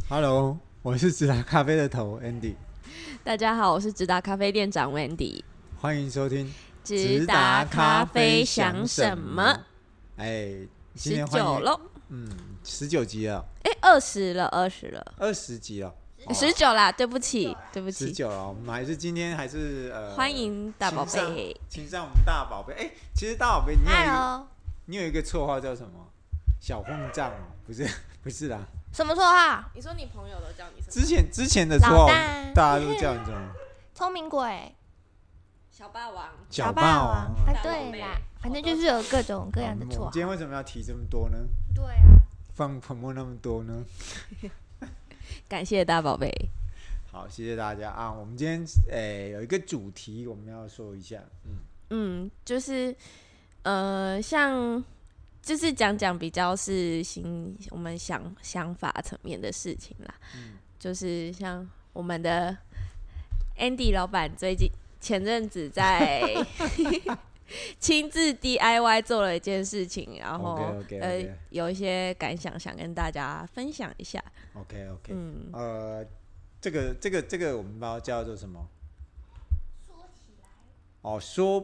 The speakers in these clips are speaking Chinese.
Hello，我是直达咖啡的头 Andy。 大家好，我是直达咖啡店长 Wendy。 欢迎收听直达咖啡想什么？ 今天欢 19 迎咯 ，19集了 ，20了 ，20集了 ，19啦，对不起 ，19了。我们还是今天还是欢迎大宝贝， 请上我们大宝贝。其实大宝贝，你有一个绰号叫什么？小混账哦，不是啦。 什么绰号？ 你说你朋友都叫你什么？之前的绰号大家都叫你什么？ 聪明鬼、 小霸王、 小霸王。 对啦，反正就是有各种各样的绰号。 今天为什么要提这么多呢？ 对啊， 放泡沫那么多呢？ 感谢大宝贝。 好，谢谢大家啊！我们今天有一个主题，我们要说一下。 就是像。就是讲比较是我们想法层面的事情啦，就是像我们的 Andy 老板前阵子在亲自 DIY 做了一件事情，然后有一些感想想跟大家分享一下。 OK， 这个我们把它叫做什么？ 说起来哦，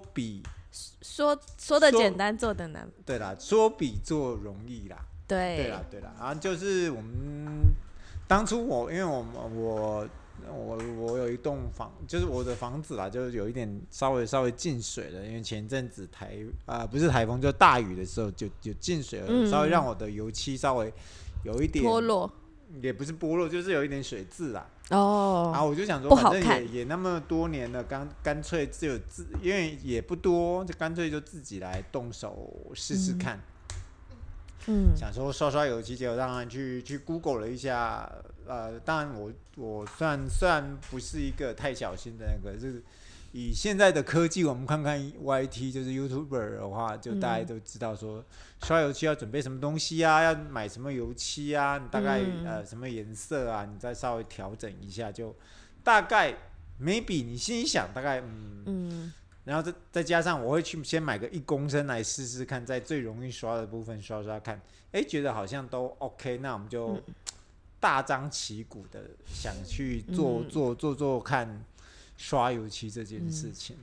说的简单，做的难。 对啦，说比做容易啦。 对啦。然后就是我们当初因为我有一栋房，就是我的房子啦，就是有一点稍微进水了，因为前阵子不是台风，就大雨的时候就进水了，稍微让我的油漆稍微有一点脱落。 也不是剥落，就是有一点水渍啦。然后我就想说， 不好看， 反正也那么多年了，干脆因为也不多，就干脆就自己来动手试试看。想说刷油漆，结果当然去 Google 了一下。当然我虽然不是一个太小心的那个，就是以现在的科技，我们看看 YT 就是 YouTuber 的话，就大家都知道说刷油漆要准备什么东西啊，要买什么油漆啊，你大概什么颜色啊，你再稍微调整一下，就大概 maybe 你心里想大概然后再加上我会去先买个1公升来试试看，在最容易刷的部分刷看，觉得好像都 OK， 那我们就大张旗鼓的想去做看刷油漆这件事情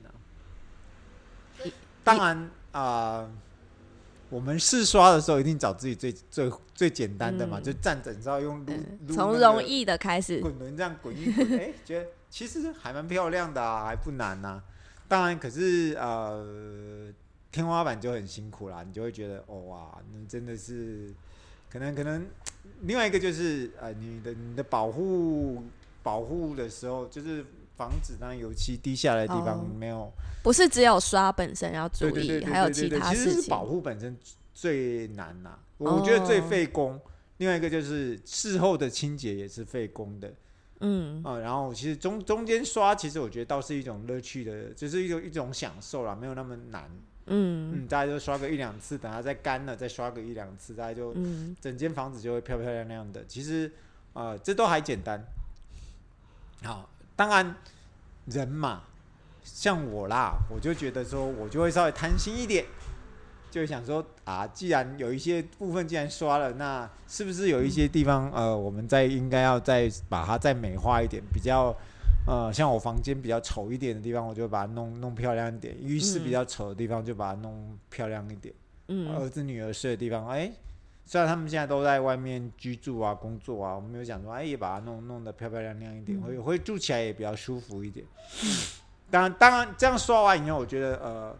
当然我们试刷的时候一定找自己最简单的嘛，就站整稍用撸从容易的开始滚轮这样滚一滚，觉得其实还蛮漂亮的还不难当然可是天花板就很辛苦啦，你就会觉得哇，那真的是可能另外一个就是你的保护的时候，就是防止那油漆滴下来的地方没有， 不是只有刷本身要注意， 对， 还有其他事情。 其实是保护本身最难我觉得最费工。另外一个就是事后的清洁也是费工的。然后其实中间刷，其实我觉得倒是一种乐趣的，就是一种享受啦，没有那么难。大家就刷个1-2次，等它再干了再刷个1-2次，大家就整间房子就会漂漂亮亮的。其实这都还简单。好，当然人嘛，像我啦，我就觉得说我就会稍微贪心一点，就想说既然有一些部分既然刷了，那是不是有一些地方我们应该要再把它再美化一点，比较像我房间比较丑一点的地方，我就把它弄漂亮一点；浴室比较丑的地方，就把它弄漂亮一点。儿子女儿睡的地方，虽然他们现在都在外面居住工作我们有想说，也把它弄得漂漂亮亮一点，会住起来也比较舒服一点。当然这样刷完以后，我觉得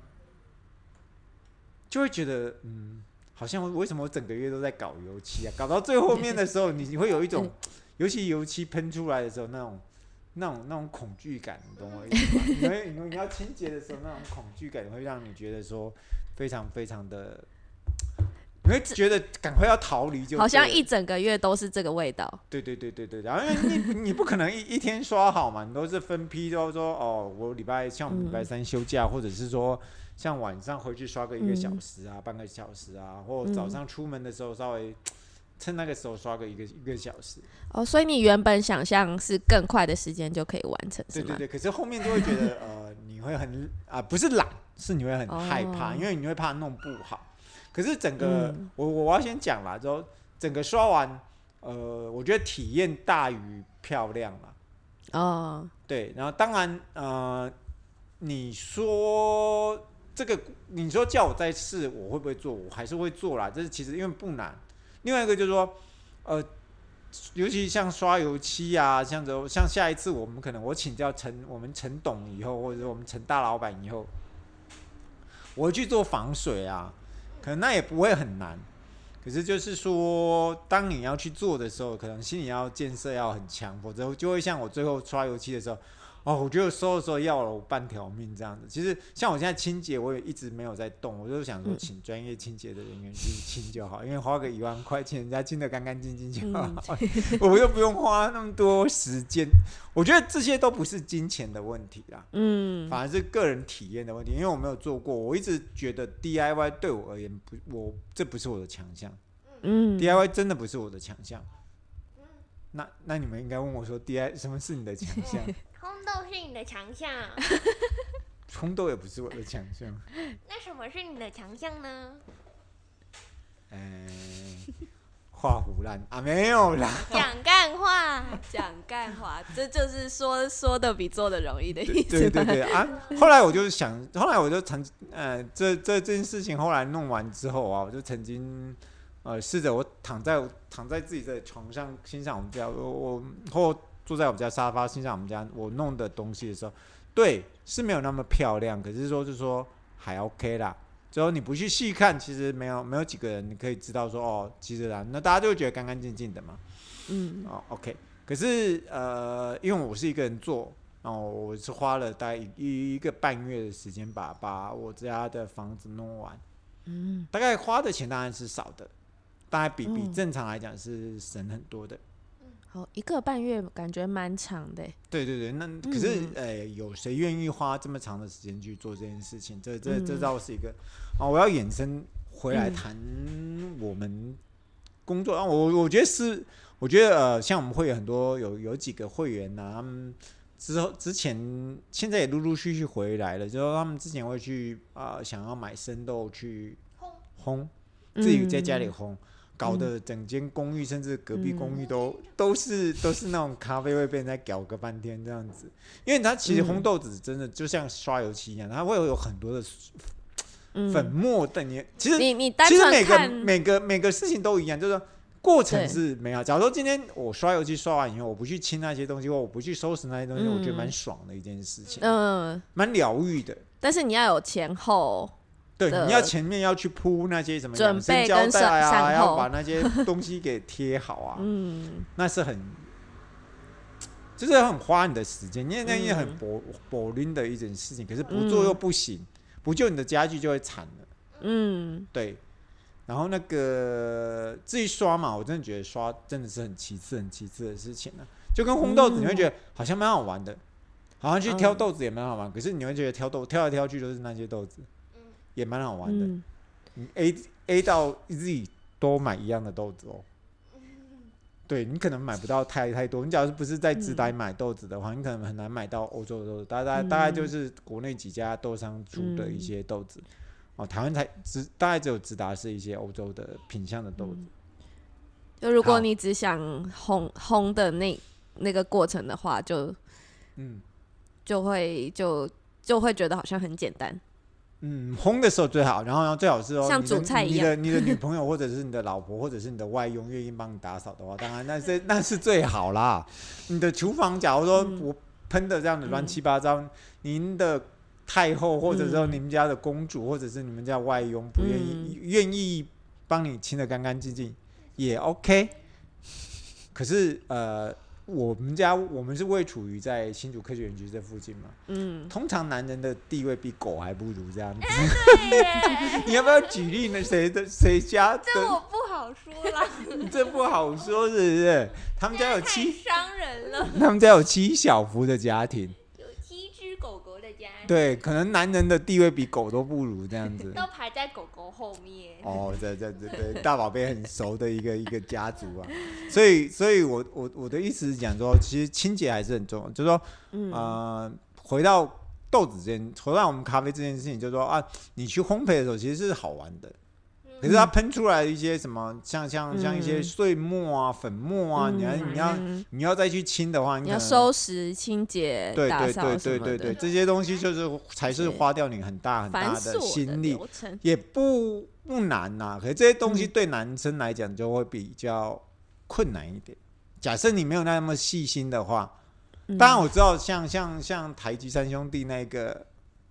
就会觉得好像为什么我整个月都在搞油漆搞到最后面的时候，你会有一种，尤其油漆喷出来的时候，那种恐惧感，你懂我意思吗？你要清洁的时候，那种恐惧感会让你觉得说非常非常的，你会觉得赶快要逃离，就好像一整个月都是这个味道。 对，然后因为你不可能一天刷好嘛，你都是分批，都说我像我们礼拜3休假，或者是说像晚上回去刷个1个小时半个小时或早上出门的时候稍微趁那个时候刷个一个小时。 所以你原本想象是更快的时间就可以完成，是吗？ 对，可是后面就会觉得你会很不是懒，是你会很害怕，因为你会怕弄不好。可是整个我要先讲啦，之后整个刷完我觉得体验大于漂亮啦。 哦， 对，然后当然你说这个，你说叫我再试，我会不会做？我还是会做啦。这是其实因为不难。另外一个就是说，尤其像刷油漆啊，像下一次我们可能我请教我们陈董以后，或者我们陈大老板以后，我会去做防水啊，可能那也不会很难。可是就是说，当你要去做的时候，可能心理建设要很强，否则就会像我最后刷油漆的时候。我觉得收的时候要了我半条命这样子。其实像我现在清洁，我也一直没有在动，我就想说请专业清洁的人员去清就好，因为花个1万块钱，人家清得干干净净就好，我又不用花那么多时间。我觉得这些都不是金钱的问题啦，反而是个人体验的问题。因为我没有做过，我一直觉得 DIY 对我而言这不是我的强项，DIY 真的不是我的强项。那你们应该问我说 DIY 什么是你的强项？ 烘豆是你的强项， 烘豆也不是我的强项。 那什么是你的强项呢？ 画虎烂啊，没有啦。 讲干话， 讲干话，这就是说的比做的容易的意思。 对啊。后来我就这件事情后来弄完之后啊，我就曾经试着我躺在自己的床上欣赏我们家，或坐在我们家沙发欣赏我们家我弄的东西的时候，对，是没有那么漂亮，可是就是说还 OK 啦。之后你不去细看，其实没有几个人你可以知道说其实啦，那大家就会觉得干干净净的嘛。OK。可是因为我是一个人做，然后我是花了大概一个半月的时间把我家的房子弄完。大概花的钱当然是少的，大概比正常来讲是省很多的。 1个半月感觉蛮长的。 对，那可是有谁愿意花这么长的时间去做这件事情？这倒是一个我要衍生回来谈我们工作。我觉得像我们会有很多有几个会员啊，他们之前现在也陆陆续续回来了，就是他们之前会去想要买生豆去烘，自己在家里烘。搞得整间公寓甚至隔壁公寓都是那种咖啡会被人家搞个半天这样子。因为它其实烘豆子真的就像刷油漆一样，它会有很多的粉末的。其实你单纯看每个事情都一样，就是说过程是没有。假如说今天我刷油漆刷完以后，我不去清那些东西，或我不去收拾那些东西，我觉得蛮爽的一件事情，蛮疗愈的。 但是你要有前后。 对，你要前面要去铺那些什么养生胶带啊，要把那些东西给贴好啊，那是就是很花你的时间，因为那也很薄拎的一件事情，可是不做又不行，不就你的家具就会惨了。对。然后那个至于刷嘛，我真的觉得刷真的是很其次的事情啊，就跟烘豆子，你会觉得好像蛮好玩的，好像去挑豆子也蛮好玩，可是你会觉得挑来挑去都是那些豆子。也蛮好玩的，你 A 到 Z 都买一样的豆子哦。对，你可能买不到太多。你假如不是在直达买豆子的话，你可能很难买到欧洲的豆子。大概就是国内几家豆商出的一些豆子。台湾大概只有直达是一些欧洲的品相的豆子。 就如果你只想烘的那个过程的话，就会觉得好像很简单。 烘的时候最好，然后最好是像煮菜一样， 你的女朋友或者是你的老婆或者是你的外佣愿意帮你打扫的话，当然那是最好啦。你的厨房假如说我喷的这样的乱七八糟，您的太后或者说你们家的公主或者是你们家外佣不愿意帮你清得干干净净也 OK。可是我们是位处于在新竹科学园区这附近嘛，通常男人的地位比狗还不如这样子。你要不要举例呢？谁家的？ 这我不好说啦。 这不好说，是不是？他们家有太伤人了。 他们家有7小福的家庭， 有7只狗狗的家庭。 对，可能男人的地位比狗都不如这样子。 都排在狗狗后面。 对，大宝贝很熟的一个家族啊。所以我的意思是讲说，其实清洁还是很重要。就是说，回到豆子回到我们咖啡这件事情，就是说你去烘焙的时候其实是好玩的。 可是它喷出来的一些什么，像一些碎末啊、粉末啊，你要再去清的话， 你要收拾、清洁、打扫什么的， 对，这些东西才是花掉你很大的心力，也不难呐。可是这些东西对男生来讲就会比较困难一点。假设你没有那么细心的话，当然我知道像台积三兄弟那个。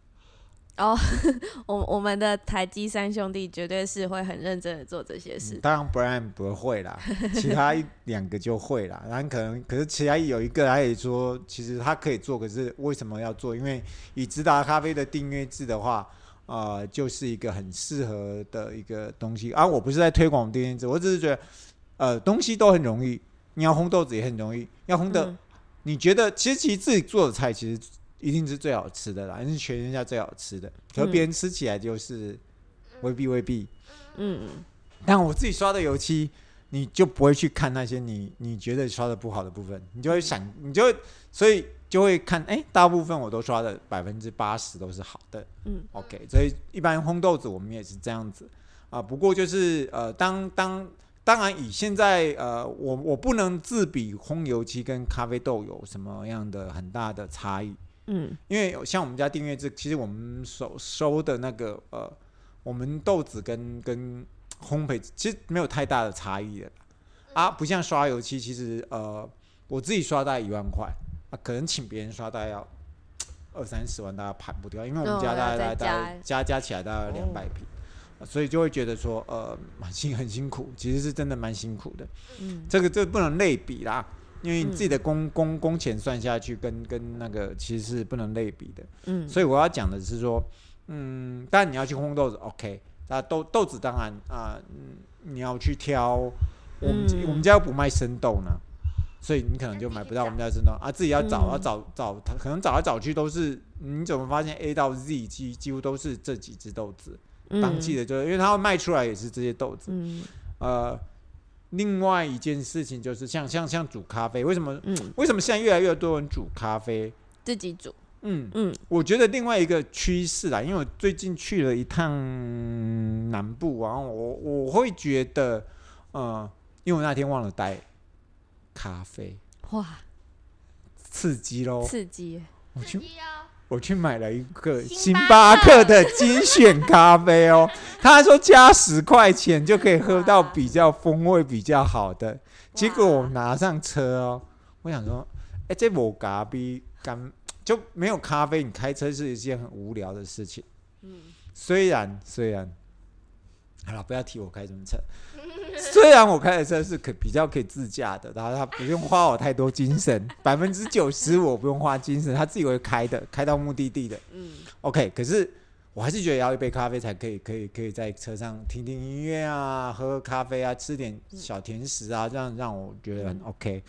我们的台积三兄弟绝对是会很认真的做这些事。 当然 Brian 不会啦，其他2个就会啦。然后可是其他有一个他也说，其实他可以做，可是为什么要做？因为以直达咖啡的订阅制的话，就是一个很适合的一个东西啊。我不是在推广订阅制，我只是觉得，东西都很容易，你要烘豆子也很容易，要烘的，你觉得其实自己做的菜其实。一定是最好吃的啦，是全天下最好吃的。可是别人吃起来就是未必。但我自己刷的油漆，你就不会去看那些你觉得刷的不好的部分，你就会所以就会看，大部分我都刷的80%都是好的。OK， 所以一般烘豆子我们也是这样子啊。不过就是当然以现在我不能自比烘油漆跟咖啡豆有什么样的很大的差异。因为像我们家订阅制，其实我们收的那个我们豆子跟烘焙其实没有太大的差异的啊，不像刷油漆，其实我自己刷大概1万块啊，可能请别人刷大概要20-30万，大概盘不掉，因为我们家大概加起来大概200平，所以就会觉得说很辛苦，其实是真的蛮辛苦的。这个不能类比啦。因为你自己的工钱算下去跟那个其实是不能类比的。所以我要讲的是说，当然你要去烘豆子 OK， 那豆子当然你要去挑，我们家又不卖生豆呢，所以你可能就买不到我们家的生豆啊，自己要找，可能找来找去都是，你怎么发现 A 到 Z 几乎都是这几只豆子，当季的就是因为它卖出来也是这些豆子。另外一件事情就是像煮咖啡，为什么现在越来越多人煮咖啡自己煮？ 我觉得另外一个趋势啦，因为我最近去了一趟南部，然后我会觉得，因为我那天忘了带咖啡， 哇， 刺激咯！ 刺激！ 我去买了一个星巴克的精选咖啡哦，他说加10块钱就可以喝到比较风味比较好的，结果我拿上车哦，我想说，这没咖啡就没有咖啡，你开车是一件很无聊的事情。虽然，好了，不要提我开什么车。虽然我开的车是比较可以自驾的，然后他不用花我太多精神，90%我不用花精神，他自己会开到目的地的。OK， 可是我还是觉得要一杯咖啡才可以在车上听听音乐啊，喝喝咖啡啊，吃点小甜食啊，这样让我觉得很 OK。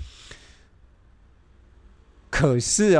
可是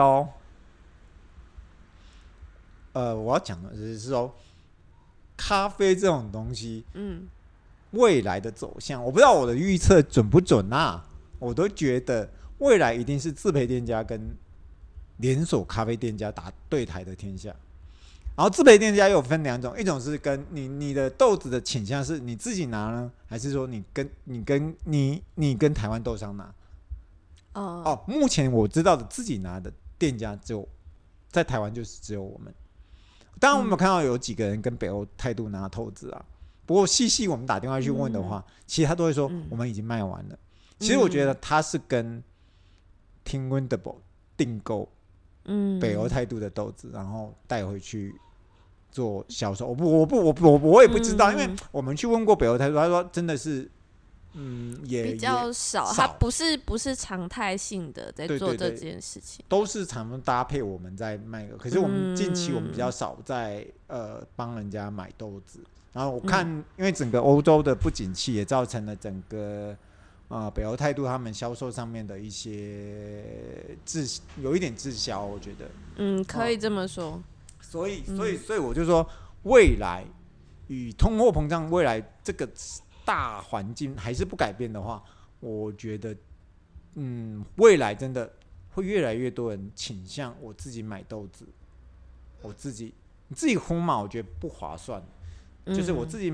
我要讲的是说，咖啡这种东西，未来的走向，我不知道我的预测准不准啊？我都觉得未来一定是自培店家跟连锁咖啡店家打对台的天下。然后自培店家又有分2种，一种是跟你的豆子的倾向是你自己拿呢，还是说你跟台湾豆商拿？目前我知道的自己拿的店家在台湾就是只有我们。当然我们有看到有几个人跟北欧态度拿豆子啊，不过细我们打电话去问的话，其实他都会说我们已经卖完了。其实我觉得他是跟 Team Windable 订购北欧态度的豆子，然后带回去做销售。我也不知道，因为我们去问过北欧态度，他说真的是也比较少，他不是常态性的在做这件事情， 都是常搭配我们在卖的。可是我们近期我们比较少在帮人家买豆子。然后我看，因为整个欧洲的不景气，也造成了整个北欧态度他们销售上面的一些有一点滞销，我觉得。 可以这么说。 所以我就说，未来与通货膨胀未来这个大环境还是不改变的话，我觉得，未来真的会越来越多人倾向我自己买豆子，你自己烘嘛，我觉得不划算。就是我自己买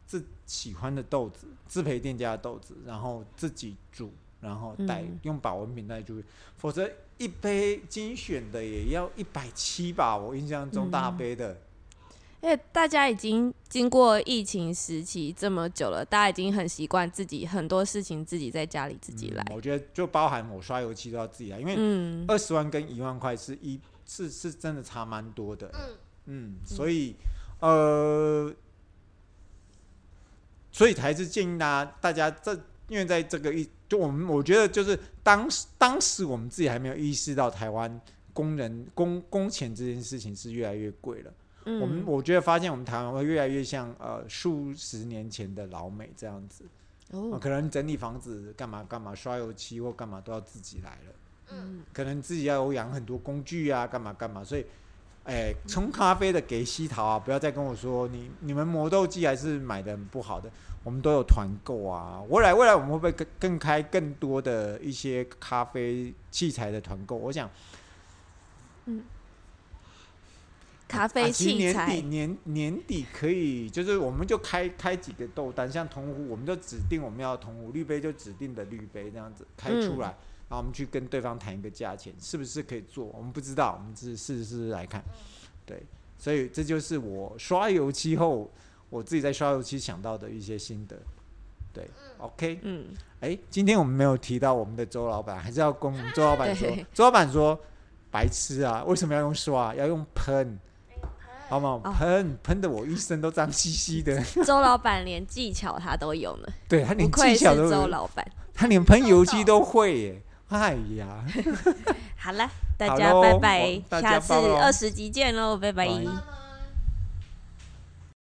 自喜欢的豆子，自培店家的豆子，然后自己煮，然后用保温瓶带出去，否则一杯精选的也要170吧，我印象中大杯的。 因为大家已经经过疫情时期这么久了，大家已经很习惯自己很多事情自己在家里自己来。 我觉得就包含我刷油漆都要自己来，因为20万跟1万块是真的差蛮多的。所以所以还是建议大家因为在这个我觉得就是当时我们自己还没有意识到台湾工钱这件事情是越来越贵了。我觉得发现我们台湾会越来越像数十年前的老美这样子。可能整理房子干嘛干嘛，刷油漆或干嘛都要自己来了。可能自己要有养很多工具啊，干嘛干嘛。所以冲咖啡的给西桃啊，不要再跟我说你们磨豆机还是买的很不好的，我们都有团购啊。未来我们会不会开更多的一些咖啡器材的团购？我想， 咖啡器材年底可以，就是我们就开几个豆单，像铜壶，我们就指定我们要铜壶，滤杯就指定的滤杯这样子开出来，然后我们去跟对方谈一个价钱，是不是可以做？我们不知道，我们只是试来看。对，所以这就是我刷油漆后，我自己在刷油漆想到的一些心得。对 ，OK， 今天我们没有提到我们的周老板，还是要跟我们周老板说，周老板说，白痴啊，为什么要用刷？要用喷。好吗？喷的我一身都脏兮兮的。 周老板连技巧他都有呢， 对，他连技巧都有。 不愧是周老板， 他连喷油漆都会耶！哎呀， 好了，大家拜拜，下次20集见喽，拜拜。